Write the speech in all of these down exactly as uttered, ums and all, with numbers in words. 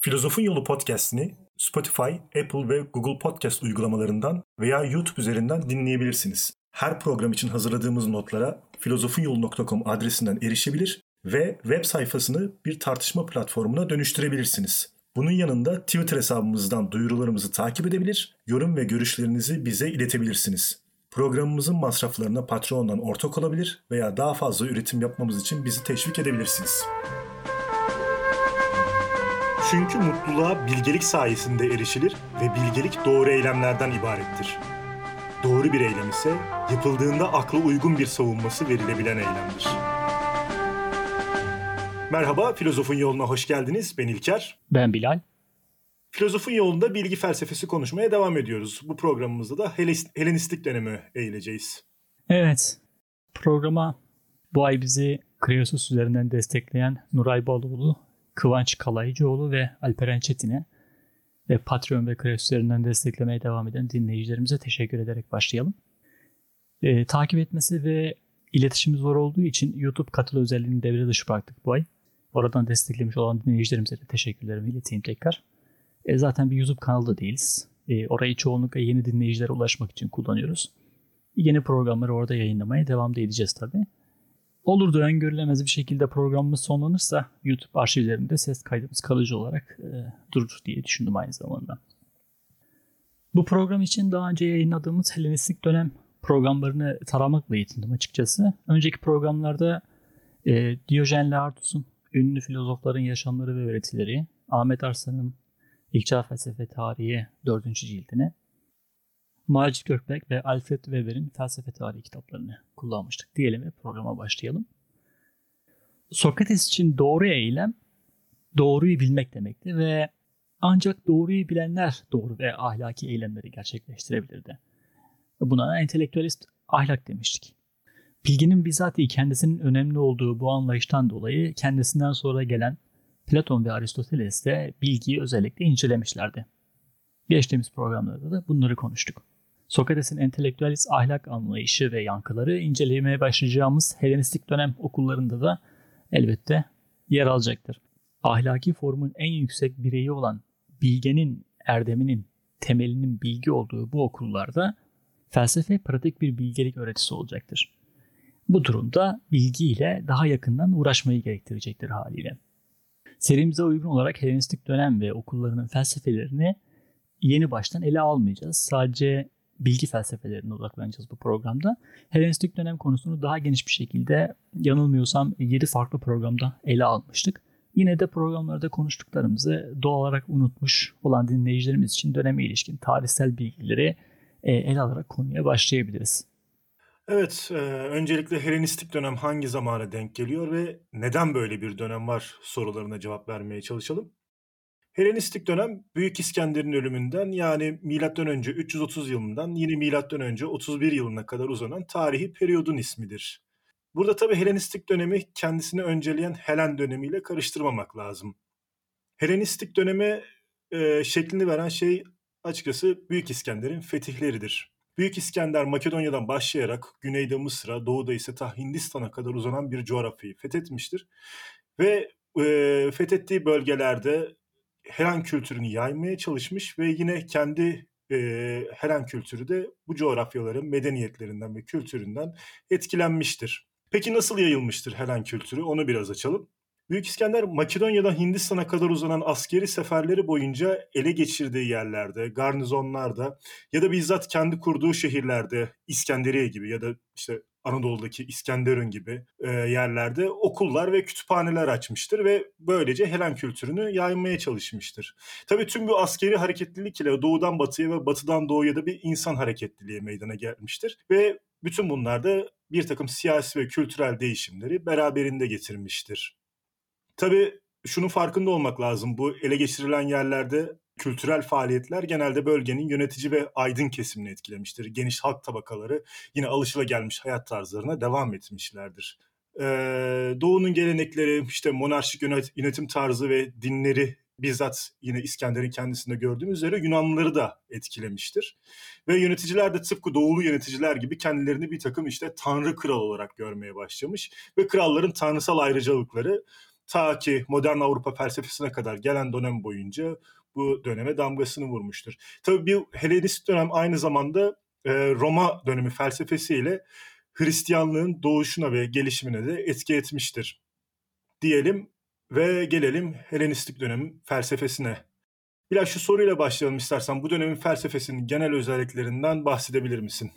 Filozofun Yolu podcast'ini Spotify, Apple ve Google Podcast uygulamalarından veya YouTube üzerinden dinleyebilirsiniz. Her program için hazırladığımız notlara filozofunyolu nokta com adresinden erişebilir ve web sayfasını bir tartışma platformuna dönüştürebilirsiniz. Bunun yanında Twitter hesabımızdan duyurularımızı takip edebilir, yorum ve görüşlerinizi bize iletebilirsiniz. Programımızın masraflarına Patreon'dan ortak olabilir veya daha fazla üretim yapmamız için bizi teşvik edebilirsiniz. Çünkü mutluluğa bilgelik sayesinde erişilir ve bilgelik doğru eylemlerden ibarettir. Doğru bir eylem ise yapıldığında akla uygun bir savunması verilebilen eylemdir. Merhaba, Filozofun Yolu'na hoş geldiniz. Ben İlker. Ben Bilal. Filozofun Yolu'nda bilgi felsefesi konuşmaya devam ediyoruz. Bu programımızda da Helenistik dönemi eğileceğiz. Evet, programa bu ay bizi Kreosus üzerinden destekleyen Nuray Baloğlu, Kıvanç Kalaycıoğlu ve Alperen Çetin'e ve Patreon ve Kreosus üzerinden desteklemeye devam eden dinleyicilerimize teşekkür ederek başlayalım. Ee, takip etmesi ve iletişimi zor olduğu için YouTube katıl özelliğini devre dışı bıraktık bu ay. Oradan desteklemiş olan dinleyicilerimize de teşekkürlerimi ileteyim tekrar. E, zaten bir YouTube kanalı da değiliz. E, orayı çoğunlukla yeni dinleyicilere ulaşmak için kullanıyoruz. Yeni programları orada yayınlamaya devam da edeceğiz tabii. Olur da öngörülemez bir şekilde programımız sonlanırsa YouTube arşivlerinde ses kaydımız kalıcı olarak e, durur diye düşündüm aynı zamanda. Bu program için daha önce yayınladığımız Helenistik dönem programlarını taramakla yetindim açıkçası. Önceki programlarda e, Diyojen Laertius'un ünlü filozofların yaşamları ve öğretileri, Ahmet Arslan'ın İlk Çağ Felsefe Tarihi dördüncü cildini, Macit Gökberk ve Alfred Weber'in Felsefe Tarihi kitaplarını kullanmıştık diyelim ve programa başlayalım. Sokrates için doğru eylem, doğruyu bilmek demekti ve ancak doğruyu bilenler doğru ve ahlaki eylemleri gerçekleştirebilirdi. Buna entelektüelist ahlak demiştik. Bilginin bizatihi kendisinin önemli olduğu bu anlayıştan dolayı kendisinden sonra gelen Platon ve Aristoteles de bilgiyi özellikle incelemişlerdi. Geçtiğimiz programlarda da bunları konuştuk. Sokrates'in entelektüelist ahlak anlayışı ve yankıları incelemeye başlayacağımız Helenistik dönem okullarında da elbette yer alacaktır. Ahlaki formun en yüksek bireyi olan bilgenin, erdeminin, temelinin bilgi olduğu bu okullarda felsefe pratik bir bilgelik öğretisi olacaktır. Bu durumda bilgiyle daha yakından uğraşmayı gerektirecektir haliyle. Serimize uygun olarak Helenistik dönem ve okullarının felsefelerini yeni baştan ele almayacağız. Sadece bilgi felsefelerine odaklanacağız bu programda. Helenistik dönem konusunu daha geniş bir şekilde yanılmıyorsam yedi farklı programda ele almıştık. Yine de programlarda konuştuklarımızı doğal olarak unutmuş olan dinleyicilerimiz için döneme ilişkin tarihsel bilgileri ele alarak konuya başlayabiliriz. Evet, e, öncelikle Helenistik dönem hangi zamana denk geliyor ve neden böyle bir dönem var sorularına cevap vermeye çalışalım. Helenistik dönem Büyük İskender'in ölümünden yani milattan önce üç yüz otuz yılından yine milattan önce otuz bir yılına kadar uzanan tarihi periyodun ismidir. Burada tabii Helenistik dönemi kendisini önceleyen Helen dönemiyle karıştırmamak lazım. Helenistik döneme e, şeklini veren şey açıkçası Büyük İskender'in fetihleridir. Büyük İskender Makedonya'dan başlayarak güneyde Mısır'a, doğuda ise ta Hindistan'a kadar uzanan bir coğrafyayı fethetmiştir. Ve e, fethettiği bölgelerde Helen kültürünü yaymaya çalışmış ve yine kendi e, Helen kültürü de bu coğrafyaların medeniyetlerinden ve kültüründen etkilenmiştir. Peki nasıl yayılmıştır Helen kültürü? Onu biraz açalım. Büyük İskender Makedonya'dan Hindistan'a kadar uzanan askeri seferleri boyunca ele geçirdiği yerlerde, garnizonlarda ya da bizzat kendi kurduğu şehirlerde, İskenderiye gibi ya da işte Anadolu'daki İskenderun gibi e, yerlerde okullar ve kütüphaneler açmıştır ve böylece Helen kültürünü yaymaya çalışmıştır. Tabii tüm bu askeri hareketlilik ile doğudan batıya ve batıdan doğuya da bir insan hareketliliği meydana gelmiştir ve bütün bunlar da bir takım siyasi ve kültürel değişimleri beraberinde getirmiştir. Tabii şunun farkında olmak lazım. Bu ele geçirilen yerlerde kültürel faaliyetler genelde bölgenin yönetici ve aydın kesimini etkilemiştir. Geniş halk tabakaları yine alışılagelmiş hayat tarzlarına devam etmişlerdir. Ee, Doğu'nun gelenekleri, işte monarşik yönetim tarzı ve dinleri bizzat yine İskender'in kendisinde gördüğümüz üzere Yunanlıları da etkilemiştir. Ve yöneticiler de tıpkı doğulu yöneticiler gibi kendilerini bir takım işte tanrı kral olarak görmeye başlamış ve kralların tanrısal ayrıcalıkları ta ki modern Avrupa felsefesine kadar gelen dönem boyunca bu döneme damgasını vurmuştur. Tabii bu Helenistik dönem aynı zamanda Roma dönemi felsefesiyle Hristiyanlığın doğuşuna ve gelişimine de etki etmiştir diyelim ve gelelim Helenistik dönemin felsefesine. Biraz şu soruyla başlayalım istersen. Bu dönemin felsefesinin genel özelliklerinden bahsedebilir misin?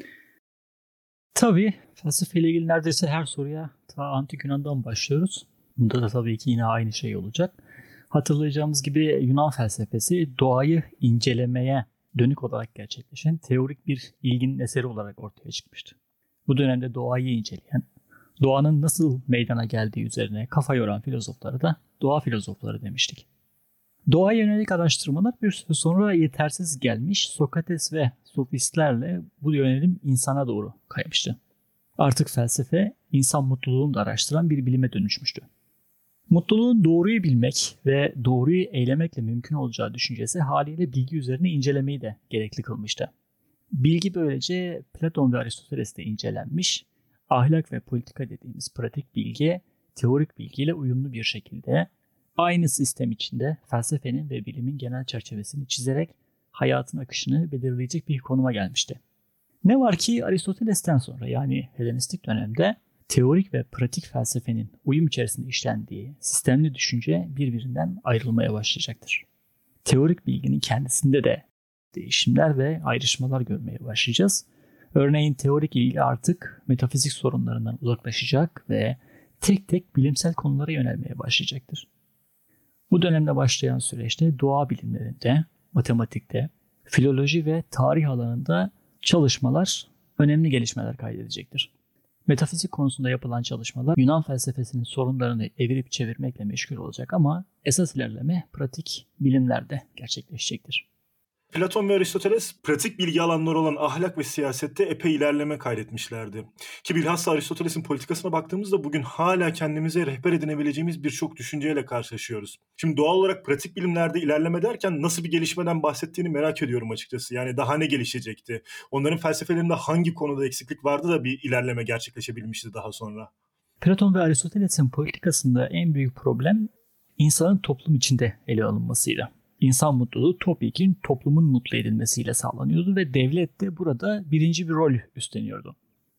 Tabii. Felsefeyle ilgili neredeyse her soruya ta Antik Yunan'dan başlıyoruz. Bunda da tabii ki yine aynı şey olacak. Hatırlayacağımız gibi Yunan felsefesi doğayı incelemeye dönük olarak gerçekleşen teorik bir ilginin eseri olarak ortaya çıkmıştı. Bu dönemde doğayı inceleyen, doğanın nasıl meydana geldiği üzerine kafa yoran filozoflara da doğa filozofları demiştik. Doğaya yönelik araştırmalar bir süre sonra yetersiz gelmiş, Sokrates ve sofistlerle bu yönelim insana doğru kaymıştı. Artık felsefe insan mutluluğunu da araştıran bir bilime dönüşmüştü. Mutluluğun doğruyu bilmek ve doğruyu eylemekle mümkün olacağı düşüncesi haliyle bilgi üzerine incelemeyi de gerekli kılmıştı. Bilgi böylece Platon ve Aristoteles'te incelenmiş, ahlak ve politika dediğimiz pratik bilgi, teorik bilgiyle uyumlu bir şekilde aynı sistem içinde felsefenin ve bilimin genel çerçevesini çizerek hayatın akışını belirleyecek bir konuma gelmişti. Ne var ki Aristoteles'ten sonra yani Helenistik dönemde teorik ve pratik felsefenin uyum içerisinde işlendiği sistemli düşünce birbirinden ayrılmaya başlayacaktır. Teorik bilginin kendisinde de değişimler ve ayrışmalar görmeye başlayacağız. Örneğin teorik ilgi artık metafizik sorunlarından uzaklaşacak ve tek tek bilimsel konulara yönelmeye başlayacaktır. Bu dönemde başlayan süreçte doğa bilimlerinde, matematikte, filoloji ve tarih alanında çalışmalar önemli gelişmeler kaydedecektir. Metafizik konusunda yapılan çalışmalar Yunan felsefesinin sorunlarını evirip çevirmekle meşgul olacak ama esas ilerleme pratik bilimlerde gerçekleşecektir. Platon ve Aristoteles pratik bilgi alanları olan ahlak ve siyasette epey ilerleme kaydetmişlerdi. Ki bilhassa Aristoteles'in politikasına baktığımızda bugün hala kendimize rehber edinebileceğimiz birçok düşünceyle karşılaşıyoruz. Şimdi doğal olarak pratik bilimlerde ilerleme derken nasıl bir gelişmeden bahsettiğini merak ediyorum açıkçası. Yani daha ne gelişecekti? Onların felsefelerinde hangi konuda eksiklik vardı da bir ilerleme gerçekleşebilmişti daha sonra? Platon ve Aristoteles'in politikasında en büyük problem insanın toplum içinde ele alınmasıydı. İnsan mutluluğu topyekün toplumun mutlu edilmesiyle sağlanıyordu ve devlet de burada birinci bir rol üstleniyordu.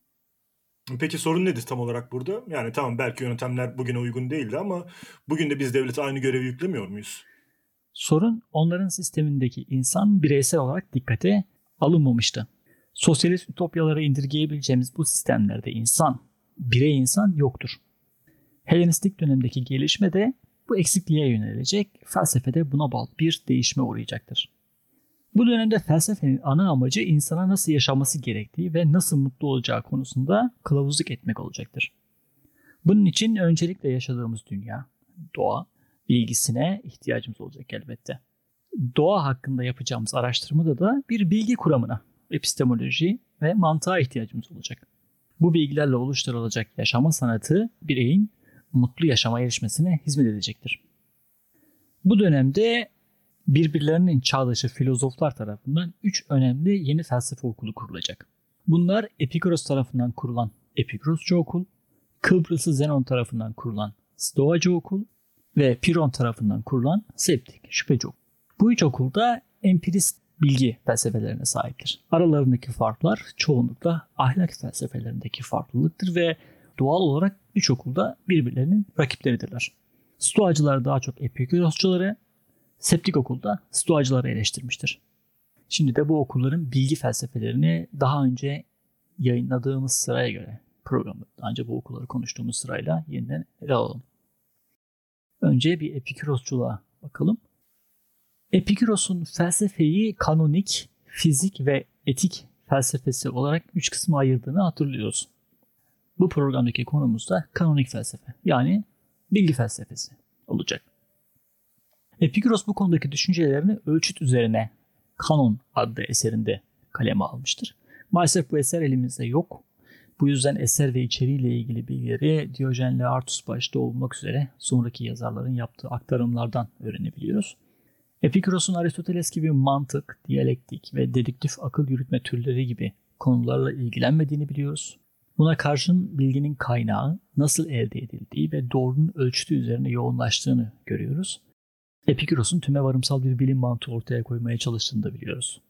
Peki sorun nedir tam olarak burada? Yani tamam belki yöntemler bugüne uygun değildi ama bugün de biz devlete aynı görevi yüklemiyor muyuz? Sorun onların sistemindeki insan bireysel olarak dikkate alınmamıştı. Sosyalist ütopyalara indirgeyebileceğimiz bu sistemlerde insan, birey insan yoktur. Helenistik dönemdeki gelişme de bu eksikliğe yönelecek, felsefede buna bağlı bir değişime uğrayacaktır. Bu dönemde felsefenin ana amacı insana nasıl yaşaması gerektiği ve nasıl mutlu olacağı konusunda kılavuzluk etmek olacaktır. Bunun için öncelikle yaşadığımız dünya, doğa, bilgisine ihtiyacımız olacak elbette. Doğa hakkında yapacağımız araştırmada da bir bilgi kuramına, epistemoloji ve mantığa ihtiyacımız olacak. Bu bilgilerle oluşturulacak yaşama sanatı bireyin mutlu yaşama erişmesine hizmet edecektir. Bu dönemde birbirlerinin çağdaşı filozoflar tarafından üç önemli yeni felsefe okulu kurulacak. Bunlar Epikuros tarafından kurulan Epikurosçu okul, Kıbrıslı Zenon tarafından kurulan Stoacı okul ve Piron tarafından kurulan Septik, şüpheci okul. Bu üç okulda empirist bilgi felsefelerine sahiptir. Aralarındaki farklar çoğunlukla ahlak felsefelerindeki farklılıktır ve doğal olarak üç okulda birbirlerinin rakipleridirler. Stoacılar daha çok Epikurosçuları, Septik okulda Stoacıları eleştirmiştir. Şimdi de bu okulların bilgi felsefelerini daha önce yayınladığımız sıraya göre programda daha önce bu okulları konuştuğumuz sırayla yeniden ele alalım. Önce bir Epikurosçuluğa bakalım. Epikuros'un felsefeyi kanonik, fizik ve etik felsefesi olarak üç kısma ayırdığını hatırlıyoruz. Bu programdaki konumuz da kanonik felsefe yani bilgi felsefesi olacak. Epikuros bu konudaki düşüncelerini ölçüt üzerine Kanon adlı eserinde kaleme almıştır. Maalesef bu eser elimizde yok. Bu yüzden eser ve içeriğiyle ilgili bilgileri Diyojen Laertus başta olmak üzere sonraki yazarların yaptığı aktarımlardan öğrenebiliyoruz. Epikuros'un Aristoteles gibi mantık, diyalektik ve dedüktif akıl yürütme türleri gibi konularla ilgilenmediğini biliyoruz. Buna karşın bilginin kaynağı, nasıl elde edildiği ve doğrunun ölçütü üzerine yoğunlaştığını görüyoruz. Epikuros'un tümevarımsal bir bilim mantığı ortaya koymaya çalıştığını da biliyoruz.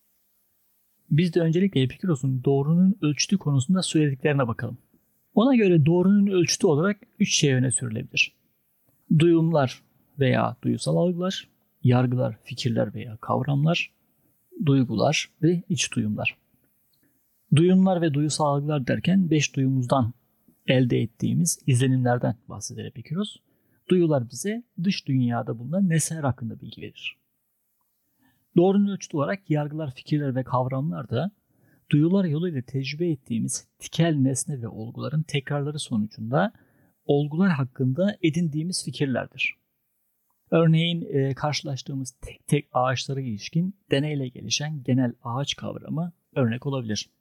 Biz de öncelikle Epikuros'un doğrunun ölçütü konusunda söylediklerine bakalım. Ona göre doğrunun ölçütü olarak üç şey öne sürülebilir. Duyumlar veya duyusal algılar, yargılar, fikirler veya kavramlar, duygular ve iç duyumlar. Duyumlar ve duyusal algılar derken beş duyumuzdan elde ettiğimiz izlenimlerden bahseder Epikuros. Duyular bize dış dünyada bulunan nesneler hakkında bilgi verir. Doğrunun ölçütü olarak yargılar, fikirler ve kavramlar da duyular yoluyla tecrübe ettiğimiz tikel nesne ve olguların tekrarları sonucunda olgular hakkında edindiğimiz fikirlerdir. Örneğin e, karşılaştığımız tek tek ağaçlara ilişkin deneyle gelişen genel ağaç kavramı örnek olabilir.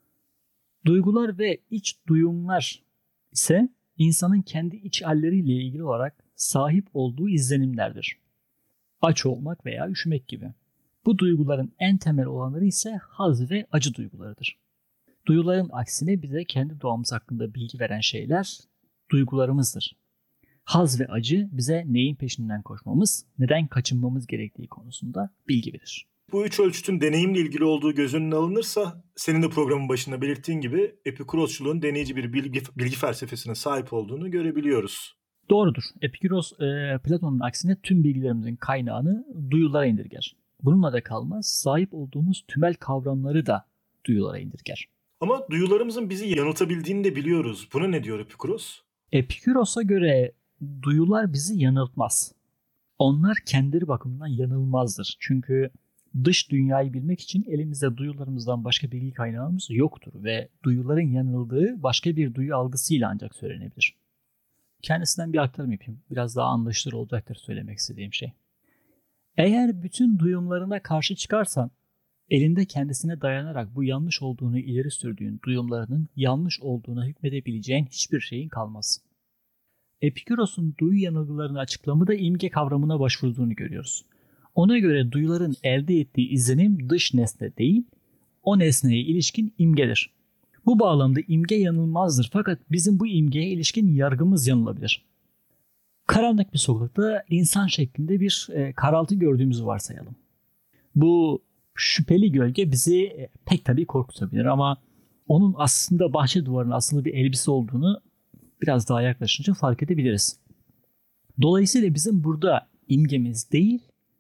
Duygular ve iç duyumlar ise insanın kendi iç halleriyle ilgili olarak sahip olduğu izlenimlerdir. Aç olmak veya üşümek gibi. Bu duyguların en temel olanları ise haz ve acı duygularıdır. Duyuların aksine bize kendi doğamız hakkında bilgi veren şeyler duygularımızdır. Haz ve acı bize neyin peşinden koşmamız, neden kaçınmamız gerektiği konusunda bilgi verir. Bu üç ölçütün deneyimle ilgili olduğu göz önüne alınırsa, senin de programın başında belirttiğin gibi Epikurosçuluğun deneyici bir bilgi, bilgi felsefesine sahip olduğunu görebiliyoruz. Doğrudur. Epikuros, e, Platon'un aksine tüm bilgilerimizin kaynağını duyulara indirger. Bununla da kalmaz, sahip olduğumuz tümel kavramları da duyulara indirger. Ama duyularımızın bizi yanıltabildiğini de biliyoruz. Buna ne diyor Epikuros? Epikuros'a göre duyular bizi yanıltmaz. Onlar kendileri bakımından yanılmazdır. Çünkü dış dünyayı bilmek için elimizde duyularımızdan başka bilgi kaynağımız yoktur ve duyuların yanıldığı başka bir duyu algısıyla ancak söylenebilir. Kendisinden bir aktarım yapayım. Biraz daha anlaşılır olacaktır söylemek istediğim şey. Eğer bütün duyumlarına karşı çıkarsan, elinde kendisine dayanarak bu yanlış olduğunu ileri sürdüğün duyumlarının yanlış olduğuna hükmedebileceğin hiçbir şeyin kalmaz. Epikuros'un duyu yanılgılarını açıklamada imge kavramına başvurduğunu görüyoruz. Ona göre duyuların elde ettiği izlenim dış nesne değil, o nesneye ilişkin imgedir. Bu bağlamda imge yanılmazdır fakat bizim bu imgeye ilişkin yargımız yanılabilir. Karanlık bir sokakta insan şeklinde bir e, karaltı gördüğümüzü varsayalım. Bu şüpheli gölge bizi e, pek tabii korkutabilir ama onun aslında bahçe duvarına asılı bir elbise olduğunu biraz daha yaklaşınca fark edebiliriz. Dolayısıyla bizim burada imgemiz değil,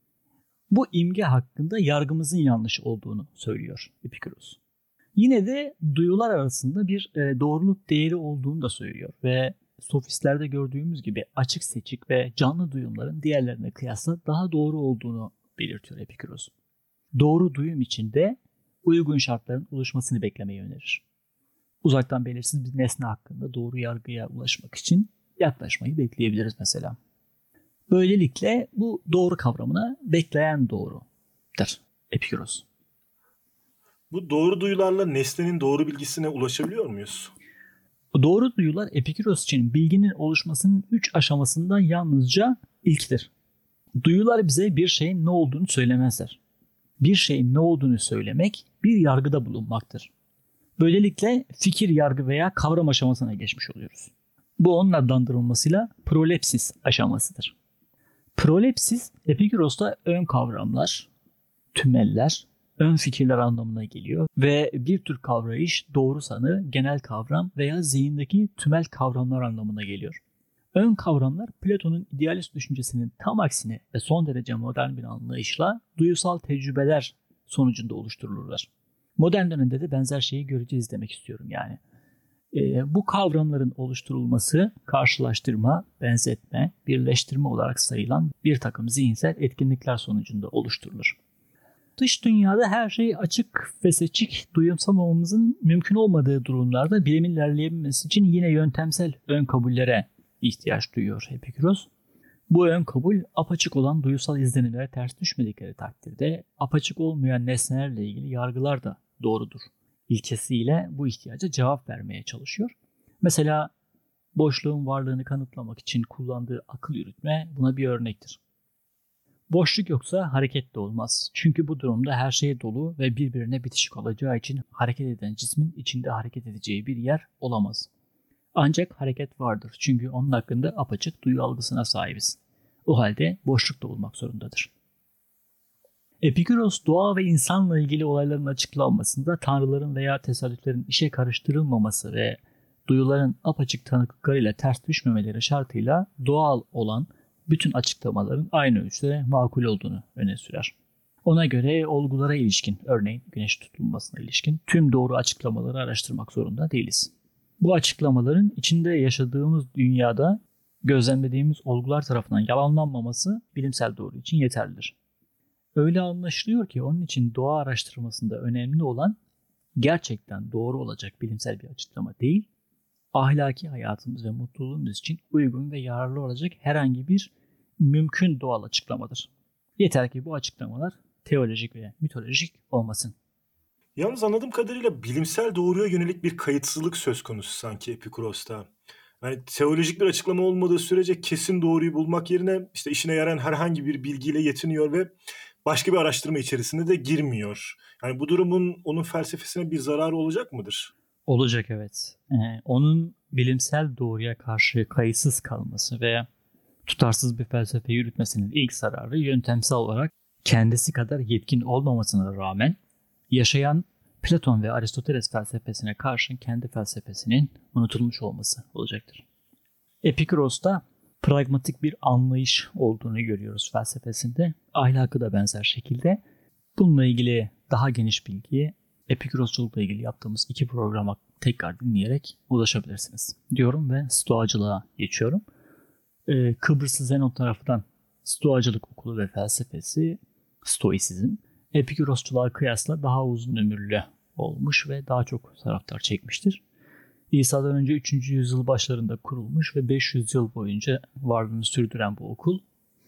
bu imge hakkında yargımızın yanlış olduğunu söylüyor Epikuros. Yine de duyular arasında bir e, doğruluk değeri olduğunu da söylüyor ve sofistlerde gördüğümüz gibi açık seçik ve canlı duyumların diğerlerine kıyasla daha doğru olduğunu belirtiyor Epikuros. Doğru duyum için de uygun şartların oluşmasını beklemeyi önerir. Uzaktan belirsiz bir nesne hakkında doğru yargıya ulaşmak için yaklaşmayı bekleyebiliriz mesela. Böylelikle bu doğru kavramına bekleyen doğru der Epikuros. Bu doğru duyularla nesnenin doğru bilgisine ulaşabiliyor muyuz? Doğru duyular Epikuros için bilginin oluşmasının üç aşamasından yalnızca ilktir. Duyular bize bir şeyin ne olduğunu söylemezler. Bir şeyin ne olduğunu söylemek bir yargıda bulunmaktır. Böylelikle fikir, yargı veya kavram aşamasına geçmiş oluyoruz. Bu onun adlandırılmasıyla prolepsis aşamasıdır. Prolepsis Epikuros'ta ön kavramlar, tümeller, ön fikirler anlamına geliyor ve bir tür kavrayış, doğru sanı, genel kavram veya zihindeki tümel kavramlar anlamına geliyor. Ön kavramlar Platon'un idealist düşüncesinin tam aksine ve son derece modern bir anlayışla duyusal tecrübeler sonucunda oluşturulurlar. Modern dönemde de benzer şeyi göreceğiz demek istiyorum yani. E, bu kavramların oluşturulması karşılaştırma, benzetme, birleştirme olarak sayılan bir takım zihinsel etkinlikler sonucunda oluşturulur. Dış dünyada her şey açık ve seçik duyumsamamamızın mümkün olmadığı durumlarda bilimin ilerleyebilmesi için yine yöntemsel ön kabullere ihtiyaç duyuyor Epikuros. Bu ön kabul apaçık olan duyusal izlenimlere ters düşmedikleri takdirde apaçık olmayan nesnelerle ilgili yargılar da doğrudur ilkesiyle bu ihtiyaca cevap vermeye çalışıyor. Mesela boşluğun varlığını kanıtlamak için kullandığı akıl yürütme buna bir örnektir. Boşluk yoksa hareket de olmaz. Çünkü bu durumda her şey dolu ve birbirine bitişik olacağı için hareket eden cismin içinde hareket edeceği bir yer olamaz. Ancak hareket vardır. Çünkü onun hakkında apaçık duyu algısına sahibiz. O halde boşluk da olmak zorundadır. Epikuros doğa ve insanla ilgili olayların açıklanmasında tanrıların veya tesadüflerin işe karıştırılmaması ve duyuların apaçık tanıklıklarıyla ters düşmemeleri şartıyla doğal olan bütün açıklamaların aynı ölçüde makul olduğunu öne sürer. Ona göre olgulara ilişkin, örneğin güneş tutulmasına ilişkin tüm doğru açıklamaları araştırmak zorunda değiliz. Bu açıklamaların içinde yaşadığımız dünyada gözlemlediğimiz olgular tarafından yalanlanmaması bilimsel doğru için yeterlidir. Öyle anlaşılıyor ki onun için doğa araştırmasında önemli olan gerçekten doğru olacak bilimsel bir açıklama değil, ahlaki hayatımız ve mutluluğumuz için uygun ve yararlı olacak herhangi bir mümkün doğal açıklamadır. Yeter ki bu açıklamalar teolojik veya mitolojik olmasın. Yalnız anladığım kadarıyla bilimsel doğruya yönelik bir kayıtsızlık söz konusu sanki Epikuros'ta. Yani teolojik bir açıklama olmadığı sürece kesin doğruyu bulmak yerine işte işine yarayan herhangi bir bilgiyle yetiniyor ve başka bir araştırma içerisine de girmiyor. Yani bu durumun onun felsefesine bir zararı olacak mıdır? Olacak, evet. Ee, onun bilimsel doğruya karşı kayıtsız kalması veya tutarsız bir felsefe yürütmesinin ilk zararı yöntemsel olarak kendisi kadar yetkin olmamasına rağmen yaşayan Platon ve Aristoteles felsefesine karşın kendi felsefesinin unutulmuş olması olacaktır. Epikuros'ta pragmatik bir anlayış olduğunu görüyoruz felsefesinde. Ahlakı da benzer şekilde. Bununla ilgili daha geniş bilgiyi Epikurosçulukla ilgili yaptığımız iki programa tekrar dinleyerek ulaşabilirsiniz diyorum ve stoacılığa geçiyorum. Ee, Kıbrıslı Zenon tarafından stoacılık okulu ve felsefesi stoisizm Epikurosçuluğa kıyasla daha uzun ömürlü olmuş ve daha çok taraftar çekmiştir. İsa'dan önce üçüncü yüzyıl başlarında kurulmuş ve beş yüz yıl boyunca varlığını sürdüren bu okul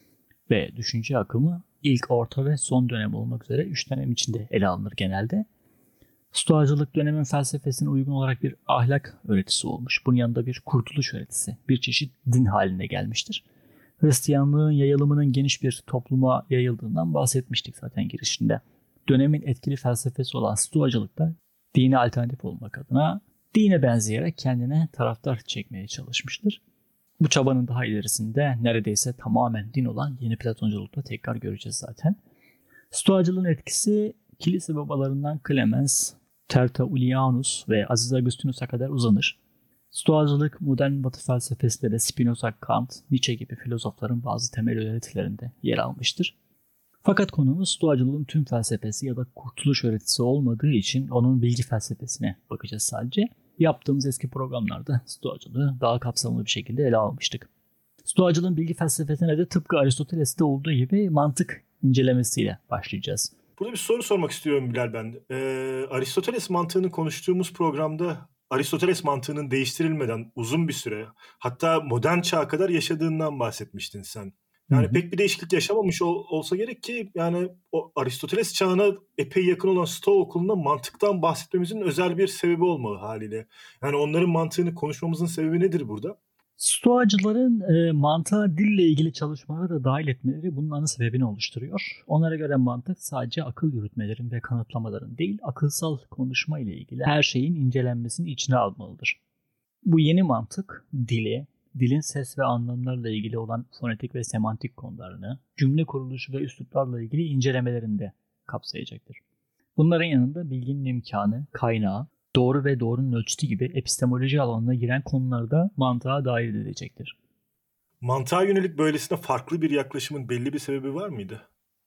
ve düşünce akımı ilk, orta ve son dönem olmak üzere üç dönem içinde ele alınır genelde. Stoacılık dönemin felsefesine uygun olarak bir ahlak öğretisi olmuş. Bunun yanında bir kurtuluş öğretisi, bir çeşit din haline gelmiştir. Hristiyanlığın yayılımının geniş bir topluma yayıldığından bahsetmiştik zaten girişinde. Dönemin etkili felsefesi olan Stoacılık da dine alternatif olmak adına dine benzeyerek kendine taraftar çekmeye çalışmıştır. Bu çabanın daha ilerisinde neredeyse tamamen din olan yeni Platonculukta tekrar göreceğiz zaten. Stoacılığın etkisi kilise babalarından Clemens, Tertullianus ve Aziz Augustinus'a kadar uzanır. Stoacılık modern Batı felsefesinde de Spinoza, Kant, Nietzsche gibi filozofların bazı temel öğretilerinde yer almıştır. Fakat konumuz stoacılığın tüm felsefesi ya da kurtuluş öğretisi olmadığı için onun bilgi felsefesine bakacağız sadece. Yaptığımız eski programlarda stoacılığı daha kapsamlı bir şekilde ele almıştık. Stoacılığın bilgi felsefesine de tıpkı Aristoteles'te olduğu gibi mantık incelemesiyle başlayacağız. Burada bir soru sormak istiyorum Bilal ben. Ee, Aristoteles mantığını konuştuğumuz programda Aristoteles mantığının değiştirilmeden uzun bir süre, hatta modern çağa kadar yaşadığından bahsetmiştin sen. Yani hı hı. Pek bir değişiklik yaşamamış ol, olsa gerek ki yani o Aristoteles çağına epey yakın olan Stoa okulunda mantıktan bahsetmemizin özel bir sebebi olmalı haliyle. Yani onların mantığını konuşmamızın sebebi nedir burada? Stoacıların e, mantığa dille ilgili çalışmaları da dahil etmeleri bunun ana sebebini oluşturuyor. Onlara göre mantık sadece akıl yürütmelerin ve kanıtlamaların değil, akılsal konuşma ile ilgili her şeyin incelenmesini içine almalıdır. Bu yeni mantık dili, dilin ses ve anlamlarla ilgili olan fonetik ve semantik konularını, cümle kuruluşu ve üsluplarla ilgili incelemelerinde kapsayacaktır. Bunların yanında bilginin imkanı, kaynağı, doğru ve doğrunun ölçütü gibi epistemoloji alanına giren konularda mantığa dahil edilecektir. Mantığa yönelik böylesine farklı bir yaklaşımın belli bir sebebi var mıydı?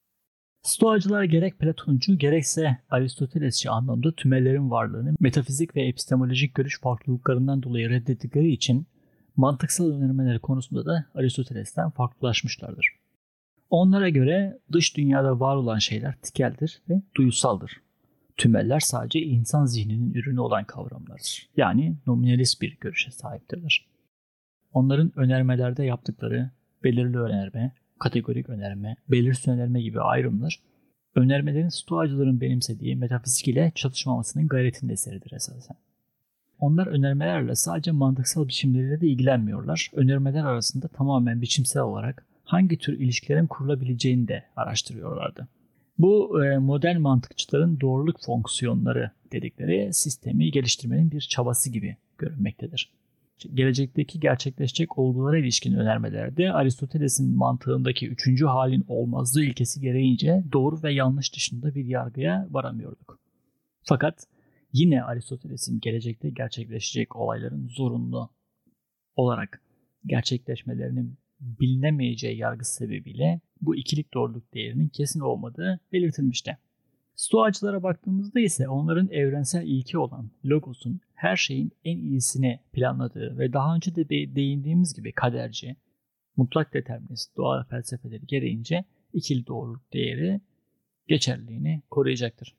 Stoacılar gerek Platoncu gerekse Aristotelesçi anlamda tümellerin varlığını metafizik ve epistemolojik görüş farklılıklarından dolayı reddettikleri için mantıksal önermeleri konusunda da Aristoteles'ten farklılaşmışlardır. Onlara göre dış dünyada var olan şeyler tikeldir ve duyusaldır. Tümeller sadece insan zihninin ürünü olan kavramlardır. Yani nominalist bir görüşe sahiptirler. Onların önermelerde yaptıkları belirli önerme, kategorik önerme, belirsiz önerme gibi ayrımlar, önermelerin stoacıların benimsediği metafizik ile çatışmamasının gayretinin eseridir esasen. Onlar önermelerle sadece mantıksal biçimleriyle de ilgilenmiyorlar. Önermeler arasında tamamen biçimsel olarak hangi tür ilişkilerin kurulabileceğini de araştırıyorlardı. Bu e, modern mantıkçıların doğruluk fonksiyonları dedikleri sistemi geliştirmenin bir çabası gibi görünmektedir. Gelecekteki gerçekleşecek olgulara ilişkin önermelerde Aristoteles'in mantığındaki üçüncü halin olmazlığı ilkesi gereğince doğru ve yanlış dışında bir yargıya varamıyorduk. Fakat yine Aristoteles'in gelecekte gerçekleşecek olayların zorunlu olarak gerçekleşmelerinin bilinemeyeceği yargısı sebebiyle bu ikilik doğruluk değerinin kesin olmadığı belirtilmişti. Stoacılara baktığımızda ise onların evrensel ilke olan Logos'un her şeyin en iyisini planladığı ve daha önce de değindiğimiz gibi kaderci, mutlak determinist doğa felsefeleri gereğince ikili doğruluk değeri geçerliliğini koruyacaktır.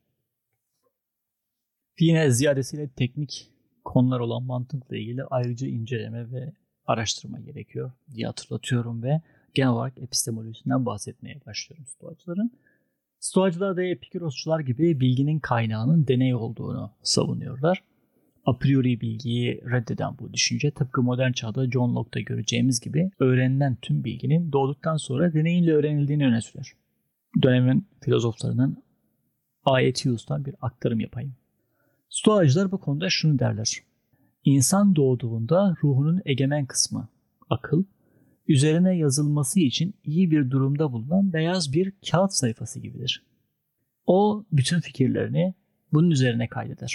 Yine ziyadesiyle teknik konular olan mantıkla ilgili ayrıca inceleme ve araştırma gerekiyor diye hatırlatıyorum ve genel olarak epistemolojisinden bahsetmeye başlıyorum Stoacıların. Stoacılar da Epikürosçular gibi bilginin kaynağının deney olduğunu savunuyorlar. A priori bilgiyi reddeden bu düşünce tıpkı modern çağda John Locke'da göreceğimiz gibi öğrenilen tüm bilginin doğduktan sonra deneyimle öğrenildiğini öne sürer. Dönemin filozoflarının Aetius'tan bir aktarım yapayım. Stoacılar bu konuda şunu derler. İnsan doğduğunda ruhunun egemen kısmı, akıl, üzerine yazılması için iyi bir durumda bulunan beyaz bir kağıt sayfası gibidir. O bütün fikirlerini bunun üzerine kaydeder.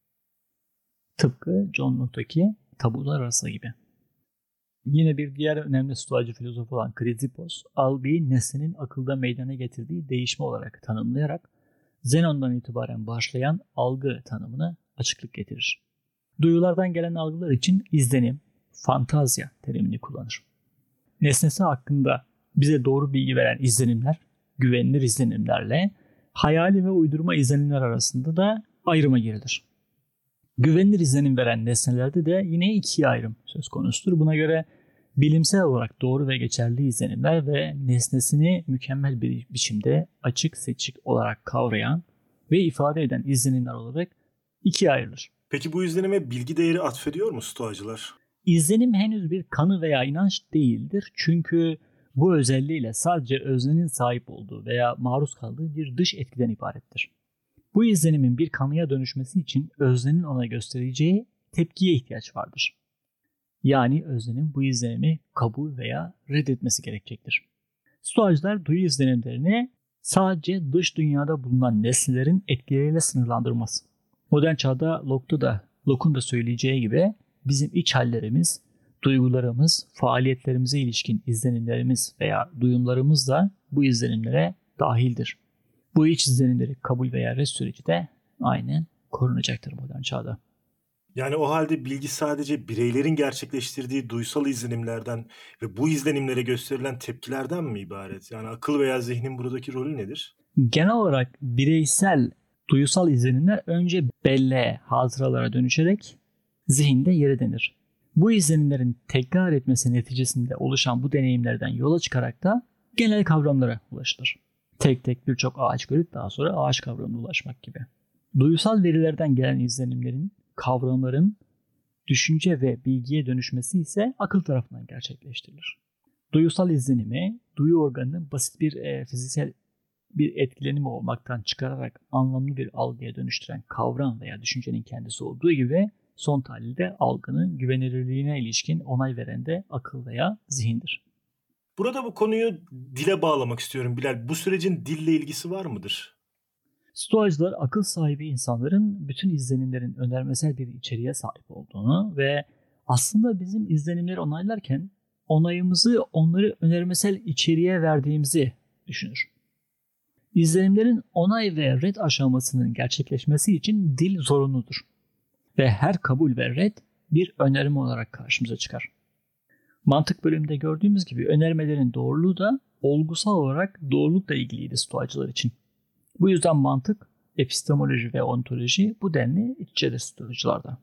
Tıpkı John Locke'daki tabula rasa gibi. Yine bir diğer önemli stoacı filozof olan Chrysippos, algıyı nesnenin akılda meydana getirdiği değişme olarak tanımlayarak Zenon'dan itibaren başlayan algı tanımına açıklık getirir. Duyulardan gelen algılar için izlenim, fantazya terimini kullanır. Nesnesi hakkında bize doğru bilgi veren izlenimler, güvenilir izlenimlerle hayali ve uydurma izlenimler arasında da ayrıma girilir. Güvenilir izlenim veren nesnelerde de yine ikiye ayrım söz konusudur. Buna göre bilimsel olarak doğru ve geçerli izlenimler ve nesnesini mükemmel bir biçimde açık seçik olarak kavrayan ve ifade eden izlenimler olarak ikiye ayrılır. Peki bu izlenime bilgi değeri atfediyor mu Stoacılar? İzlenim henüz bir kanı veya inanç değildir. Çünkü bu özelliğiyle sadece öznenin sahip olduğu veya maruz kaldığı bir dış etkiden ibarettir. Bu izlenimin bir kanıya dönüşmesi için öznenin ona göstereceği tepkiye ihtiyaç vardır. Yani öznenin bu izlenimi kabul veya reddetmesi gerekecektir. Stoacılar duyu izlenimlerini sadece dış dünyada bulunan nesnelerin etkileriyle sınırlandırmaz. Modern çağda Locke'da da, Locke'un da söyleyeceği gibi bizim iç hallerimiz, duygularımız, faaliyetlerimize ilişkin izlenimlerimiz veya duyumlarımız da bu izlenimlere dahildir. Bu iç izlenimleri kabul veya red süreci de aynen korunacaktır modern çağda. Yani o halde bilgi sadece bireylerin gerçekleştirdiği duysal izlenimlerden ve bu izlenimlere gösterilen tepkilerden mi ibaret? Yani akıl veya zihnin buradaki rolü nedir? Genel olarak bireysel duysal izlenimler önce belleğe, hatıralara dönüşerek zihinde yer edinir. Bu izlenimlerin tekrar etmesi neticesinde oluşan bu deneyimlerden yola çıkarak da genel kavramlara ulaşılır. Tek tek birçok ağaç görüp daha sonra ağaç kavramına ulaşmak gibi. Duysal verilerden gelen izlenimlerin, kavramların düşünce ve bilgiye dönüşmesi ise akıl tarafından gerçekleştirilir. Duyusal izlenimi, duyu organının basit bir e, fiziksel bir etkilenimi olmaktan çıkararak anlamlı bir algıya dönüştüren kavram veya düşüncenin kendisi olduğu gibi son tahlilde algının güvenilirliğine ilişkin onay veren de akıl veya zihindir. Burada bu konuyu dile bağlamak istiyorum Bilal. Bu sürecin dille ilgisi var mıdır? Stoacılar akıl sahibi insanların bütün izlenimlerin önermesel bir içeriğe sahip olduğunu ve aslında bizim izlenimleri onaylarken onayımızı onları önermesel içeriğe verdiğimizi düşünür. İzlenimlerin onay ve red aşamasının gerçekleşmesi için dil zorunludur. Ve her kabul ve red bir önerim olarak karşımıza çıkar. Mantık bölümünde gördüğümüz gibi önermelerin doğruluğu da olgusal olarak doğrulukla ilgiliydi Stoacılar için. Bu yüzden mantık, epistemoloji ve ontoloji bu denli iç içedir Stoacılarda.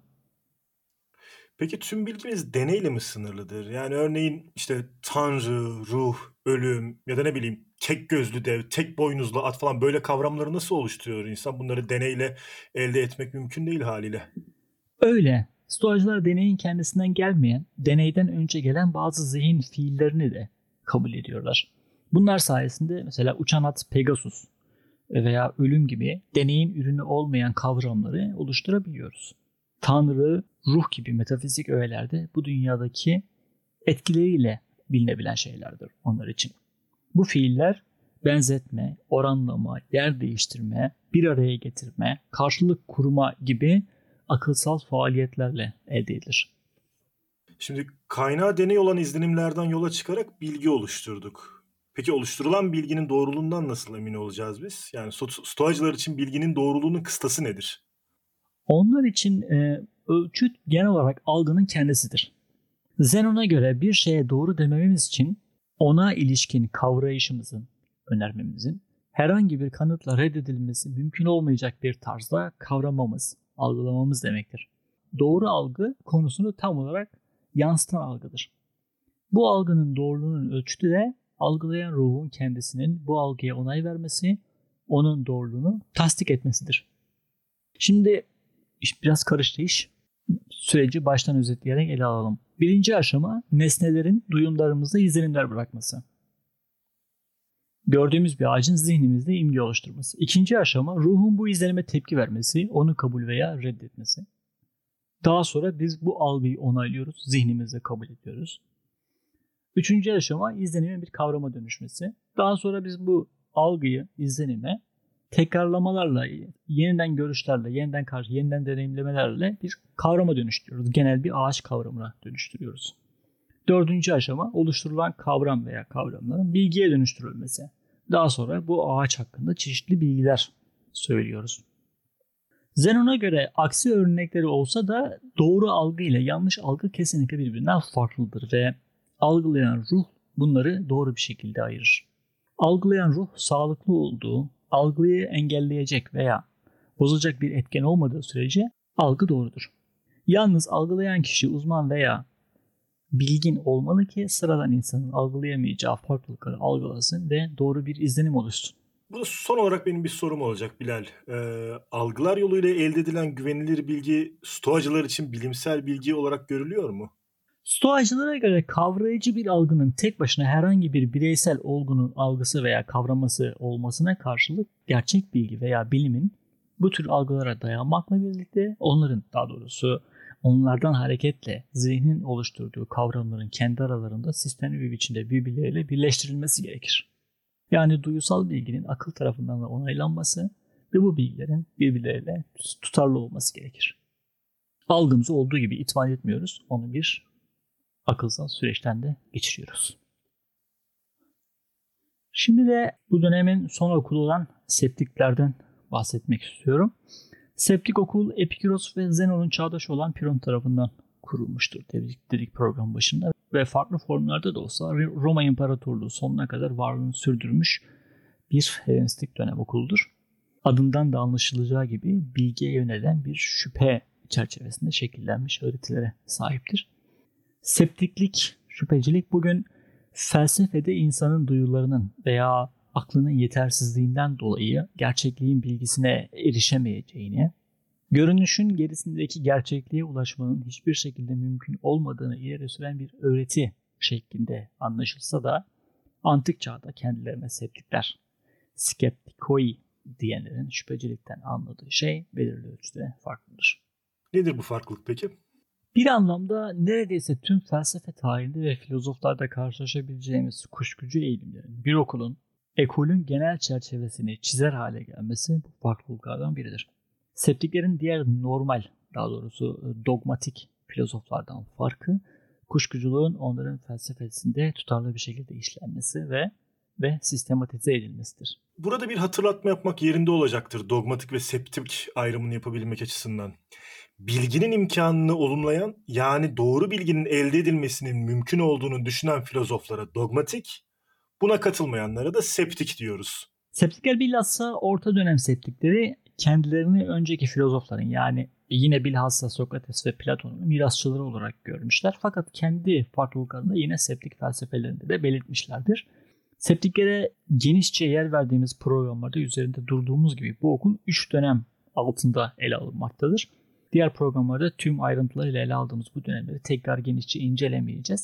Peki tüm bilgimiz deneyle mi sınırlıdır? Yani örneğin işte tanrı, ruh, ölüm ya da ne bileyim tek gözlü dev, tek boynuzlu at falan böyle kavramları nasıl oluşturuyor insan? Bunları deneyle elde etmek mümkün değil haliyle. Öyle. Stoacılar deneyin kendisinden gelmeyen, deneyden önce gelen bazı zihin fiillerini de kabul ediyorlar. Bunlar sayesinde mesela uçan at Pegasus veya ölüm gibi deneyin ürünü olmayan kavramları oluşturabiliyoruz. Tanrı, ruh gibi metafizik öğelerde bu dünyadaki etkileriyle bilinebilen şeylerdir onlar için. Bu fiiller benzetme, oranlama, yer değiştirme, bir araya getirme, karşılık kurma gibi akılsal faaliyetlerle elde edilir. Şimdi kaynağı deney olan izlenimlerden yola çıkarak bilgi oluşturduk. Peki oluşturulan bilginin doğruluğundan nasıl emin olacağız biz? Yani sto- stoacılar için bilginin doğruluğunun kıstası nedir? Onlar için e, ölçüt genel olarak algının kendisidir. Zenon'a göre bir şeye doğru dememiz için ona ilişkin kavrayışımızın, önermemizin herhangi bir kanıtla reddedilmesi mümkün olmayacak bir tarzda kavramamız, algılamamız demektir. Doğru algı konusunu tam olarak yansıtan algıdır. Bu algının doğruluğunun ölçütü de algılayan ruhun kendisinin bu algıya onay vermesi, onun doğruluğunu tasdik etmesidir. Şimdi iş biraz karıştı iş. Süreci baştan özetleyerek ele alalım. Birinci aşama nesnelerin duyumlarımızda izlenimler bırakması. Gördüğümüz bir ağacın zihnimizde imge oluşturması. İkinci aşama ruhun bu izlenime tepki vermesi, onu kabul veya reddetmesi. Daha sonra biz bu algıyı onaylıyoruz, zihnimizde kabul ediyoruz. Üçüncü aşama izlenimin bir kavrama dönüşmesi. Daha sonra biz bu algıyı, izlenime tekrarlamalarla, yeniden görüşlerle, yeniden karşı, yeniden deneyimlemelerle bir kavrama dönüştürüyoruz. Genel bir ağaç kavramına dönüştürüyoruz. Dördüncü aşama oluşturulan kavram veya kavramların bilgiye dönüştürülmesi. Daha sonra bu ağaç hakkında çeşitli bilgiler söylüyoruz. Zenon'a göre aksi örnekleri olsa da doğru algı ile yanlış algı kesinlikle birbirinden farklıdır ve algılayan ruh bunları doğru bir şekilde ayırır. Algılayan ruh sağlıklı olduğu, algıyı engelleyecek veya bozacak bir etken olmadığı sürece algı doğrudur. Yalnız algılayan kişi uzman veya bilgin olmalı ki sıradan insanın algılayamayacağı farklılıkları algılasın ve doğru bir izlenim oluşsun. Bu son olarak benim bir sorum olacak Bilal. Ee, algılar yoluyla elde edilen güvenilir bilgi stoacılar için bilimsel bilgi olarak görülüyor mu? Stoacılara göre kavrayıcı bir algının tek başına herhangi bir bireysel olgunun algısı veya kavraması olmasına karşılık gerçek bilgi veya bilimin bu tür algılara dayanmakla birlikte onların, daha doğrusu onlardan hareketle zihnin oluşturduğu kavramların kendi aralarında sistemli bir biçimde birbirleriyle birleştirilmesi gerekir. Yani duysal bilginin akıl tarafından da onaylanması ve bu bilgilerin birbirleriyle tutarlı olması gerekir. Algımızı olduğu gibi itimat etmiyoruz, onu bir akılsal süreçten de geçiriyoruz. Şimdi de bu dönemin son okulu olan septiklerden bahsetmek istiyorum. Septik okul Epikuros ve Zenon'un çağdaşı olan Piron tarafından kurulmuştur dedik, dedik program başında ve farklı formlarda da olsa Roma İmparatorluğu sonuna kadar varlığını sürdürmüş bir Helenistik dönem okuludur. Adından da anlaşılacağı gibi bilgiye yönelen bir şüphe çerçevesinde şekillenmiş öğretilere sahiptir. Septiklik, şüphecilik bugün felsefede insanın duyularının veya aklının yetersizliğinden dolayı gerçekliğin bilgisine erişemeyeceğini, görünüşün gerisindeki gerçekliğe ulaşmanın hiçbir şekilde mümkün olmadığını ileri süren bir öğreti şeklinde anlaşılsa da antik çağda kendilerine septikler, skeptikoi diyenlerin şüphecilikten anladığı şey belirli ölçüde farklıdır. Nedir bu farklılık peki? Bir anlamda neredeyse tüm felsefe tarihinde ve filozoflarda karşılaşabileceğimiz kuşkucu eğilimlerin bir okulun, ekolün genel çerçevesini çizer hale gelmesi bu farklılıklardan biridir. Septiklerin diğer normal, daha doğrusu dogmatik filozoflardan farkı, kuşkuculuğun onların felsefesinde tutarlı bir şekilde işlenmesi ve ve sistematize edilmesidir. Burada bir hatırlatma yapmak yerinde olacaktır dogmatik ve septik ayrımını yapabilmek açısından. Bilginin imkanını olumlayan, yani doğru bilginin elde edilmesinin mümkün olduğunu düşünen filozoflara dogmatik, buna katılmayanlara da septik diyoruz. Septikler bilhassa orta dönem septikleri kendilerini önceki filozofların, yani yine bilhassa Sokrates ve Platon'un mirasçıları olarak görmüşler. Fakat kendi farklılıklarını yine septik felsefelerinde de belirtmişlerdir. Septiklere genişçe yer verdiğimiz programlarda üzerinde durduğumuz gibi bu okul üç dönem altında ele alınmaktadır. Diğer programlarda tüm ayrıntılarıyla ele aldığımız bu dönemleri tekrar genişçe incelemeyeceğiz.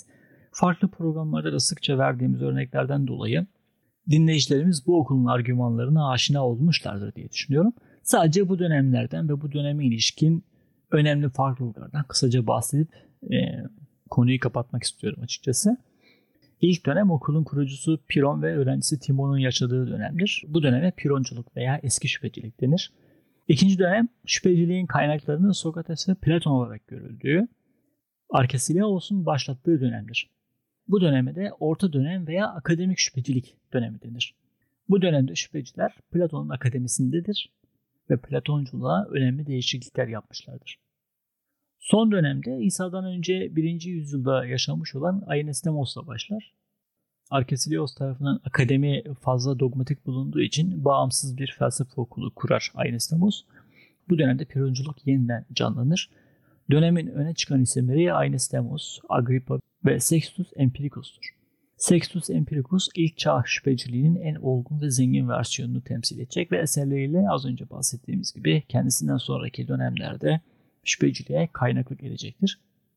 Farklı programlarda da sıkça verdiğimiz örneklerden dolayı dinleyicilerimiz bu okulun argümanlarına aşina olmuşlardır diye düşünüyorum. Sadece bu dönemlerden ve bu döneme ilişkin önemli farklılıklardan kısaca bahsedip e, konuyu kapatmak istiyorum açıkçası. İlk dönem okulun kurucusu Piron ve öğrencisi Timon'un yaşadığı dönemdir. Bu döneme Pironculuk veya eski şüphecilik denir. İkinci dönem şüpheciliğin kaynaklarının Sokrates ve Platon olarak görüldüğü, Arkesilaos'un başlattığı dönemdir. Bu döneme de orta dönem veya akademik şüphecilik dönemi denir. Bu dönemde şüpheciler Platon'un akademisindedir ve Platonculuğa önemli değişiklikler yapmışlardır. Son dönemde İsa'dan önce birinci yüzyılda yaşamış olan Ainestemos'la başlar. Arkesilaos tarafından akademi fazla dogmatik bulunduğu için bağımsız bir felsefe okulu kurar Ainestemos. Bu dönemde Pironculuk yeniden canlanır. Dönemin öne çıkan isimleri Ainestemos, Agrippa ve Sextus Empiricus'tur. Sextus Empiricus ilk çağ şüpheciliğinin en olgun ve zengin versiyonunu temsil edecek ve eserleriyle az önce bahsettiğimiz gibi kendisinden sonraki dönemlerde şüpheciliğe kaynaklık edecektir.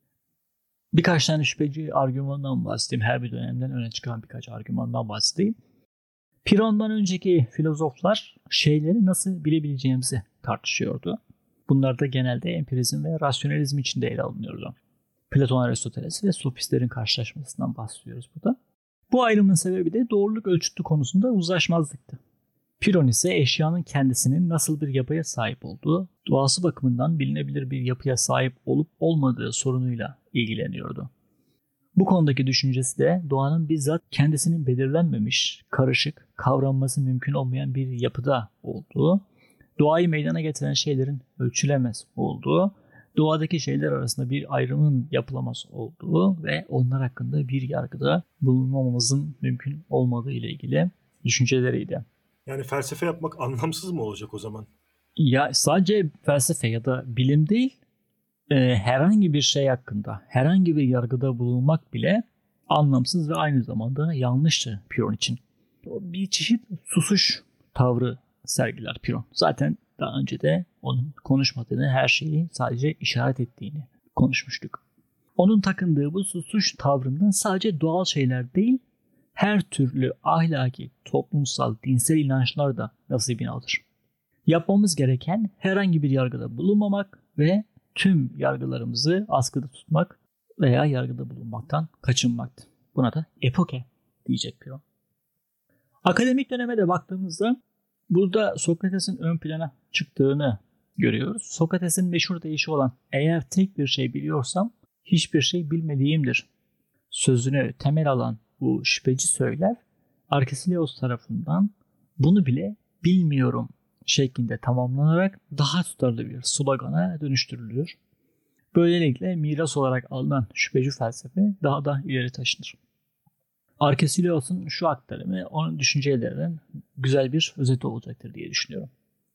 Birkaç tane şüpheci argümandan bahsedeyim. Her bir dönemden öne çıkan birkaç argümandan bahsedeyim. Piron'dan önceki filozoflar şeyleri nasıl bilebileceğimizi tartışıyordu. Bunlar da genelde empirizm ve rasyonalizm içinde ele alınıyordu. Platon, Aristoteles ve sofistlerin karşılaşmasından bahsediyoruz burada. Bu ayrımın sebebi de doğruluk ölçütü konusunda uzlaşmazlıktı. Piron ise eşyanın kendisinin nasıl bir yapıya sahip olduğu, doğası bakımından bilinebilir bir yapıya sahip olup olmadığı sorunuyla ilgileniyordu. Bu konudaki düşüncesi de doğanın bizzat kendisinin belirlenmemiş, karışık, kavranması mümkün olmayan bir yapıda olduğu, doğayı meydana getiren şeylerin ölçülemez olduğu, doğadaki şeyler arasında bir ayrımın yapılamaz olduğu ve onlar hakkında bir yargıda bulunmamamızın mümkün olmadığı ile ilgili düşünceleriydi. Yani felsefe yapmak anlamsız mı olacak o zaman? Ya sadece felsefe ya da bilim değil, e, herhangi bir şey hakkında, herhangi bir yargıda bulunmak bile anlamsız ve aynı zamanda yanlıştı Piron için. Bir çeşit susuş tavrı sergiler Piron. Zaten daha önce de onun konuşmadığını, her şeyi sadece işaret ettiğini konuşmuştuk. Onun takındığı bu susuş tavrından sadece doğal şeyler değil, her türlü ahlaki, toplumsal, dinsel inançlar da nasibini alır. Yapmamız gereken herhangi bir yargıda bulunmamak ve tüm yargılarımızı askıda tutmak veya yargıda bulunmaktan kaçınmaktır. Buna da epoke diyecek Piron. Akademik döneme de baktığımızda burada Sokrates'in ön plana çıktığını görüyoruz. Sokrates'in meşhur deyişi olan "eğer tek bir şey biliyorsam hiçbir şey bilmediğimdir" sözünü temel alan bu şüpheci söyler, Arkesilaos tarafından bunu bile bilmiyorum şeklinde tamamlanarak daha tutarlı bir slogana dönüştürülür. Böylelikle miras olarak alınan şüpheci felsefe daha da ileri taşınır. Arkesilaos'un şu aktarımı onun düşüncelerinin güzel bir özeti olacaktır diye düşünüyorum.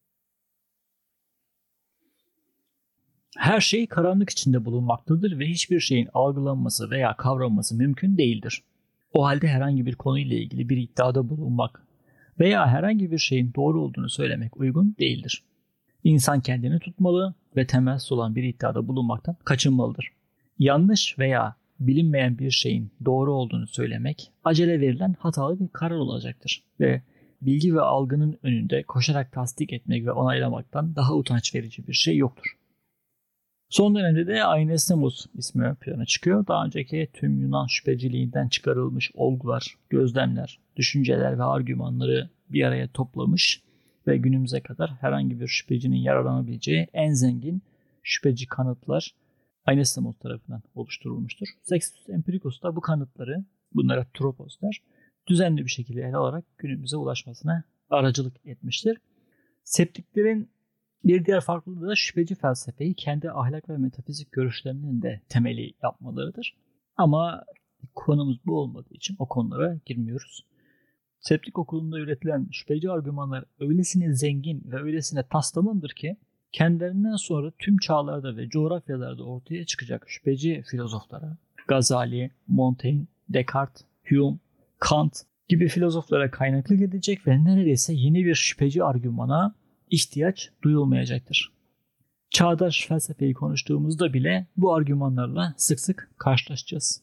Her şey karanlık içinde bulunmaktadır ve hiçbir şeyin algılanması veya kavranması mümkün değildir. O halde herhangi bir konuyla ilgili bir iddiada bulunmak veya herhangi bir şeyin doğru olduğunu söylemek uygun değildir. İnsan kendini tutmalı ve temelsiz olan bir iddiada bulunmaktan kaçınmalıdır. Yanlış veya bilinmeyen bir şeyin doğru olduğunu söylemek acele verilen hatalı bir karar olacaktır ve bilgi ve algının önünde koşarak tasdik etmek ve onaylamaktan daha utanç verici bir şey yoktur. Son dönemde de Ainestemos ismi ön plana çıkıyor. Daha önceki tüm Yunan şüpheciliğinden çıkarılmış olgular, gözlemler, düşünceler ve argümanları bir araya toplamış ve günümüze kadar herhangi bir şüphecinin yararlanabileceği en zengin şüpheci kanıtlar Ainestemos tarafından oluşturulmuştur. Sextus Empiricus da bu kanıtları, bunlara tropos der, düzenli bir şekilde ele alarak günümüze ulaşmasına aracılık etmiştir. Septiklerin bir diğer farklılığı da şüpheci felsefeyi kendi ahlak ve metafizik görüşlerinin de temeli yapmalarıdır. Ama konumuz bu olmadığı için o konulara girmiyoruz. Septik okulunda üretilen şüpheci argümanlar öylesine zengin ve öylesine taslamandır ki kendilerinden sonra tüm çağlarda ve coğrafyalarda ortaya çıkacak şüpheci filozoflara, Gazali, Montaigne, Descartes, Hume, Kant gibi filozoflara kaynaklık edecek ve neredeyse yeni bir şüpheci argümana ihtiyaç duyulmayacaktır. Çağdaş felsefeyi konuştuğumuzda bile bu argümanlarla sık sık karşılaşacağız.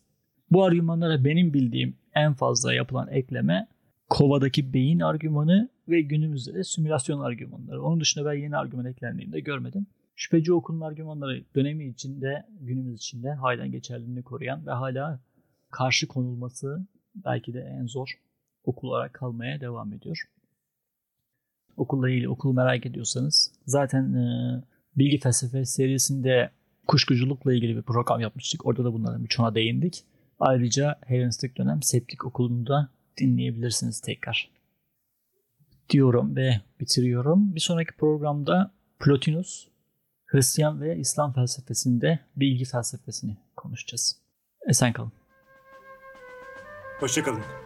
Bu argümanlara benim bildiğim en fazla yapılan ekleme kovadaki beyin argümanı ve günümüzde de simülasyon argümanları. Onun dışında ben yeni argüman eklendiğini de görmedim. Şüpheci okulun argümanları dönemi içinde, günümüz içinde halen geçerliliğini koruyan ve hala karşı konulması belki de en zor okul olarak kalmaya devam ediyor. Okulla ilgili, okulu merak ediyorsanız zaten e, Bilgi Felsefe serisinde kuşkuculukla ilgili bir program yapmıştık. Orada da bunların birçoğuna değindik. Ayrıca Helenistik dönem Septik Okulu'nu da dinleyebilirsiniz tekrar. Diyorum ve bitiriyorum. Bir sonraki programda Plotinus, Hristiyan ve İslam felsefesinde bilgi felsefesini konuşacağız. Esen kalın. Hoşça kalın.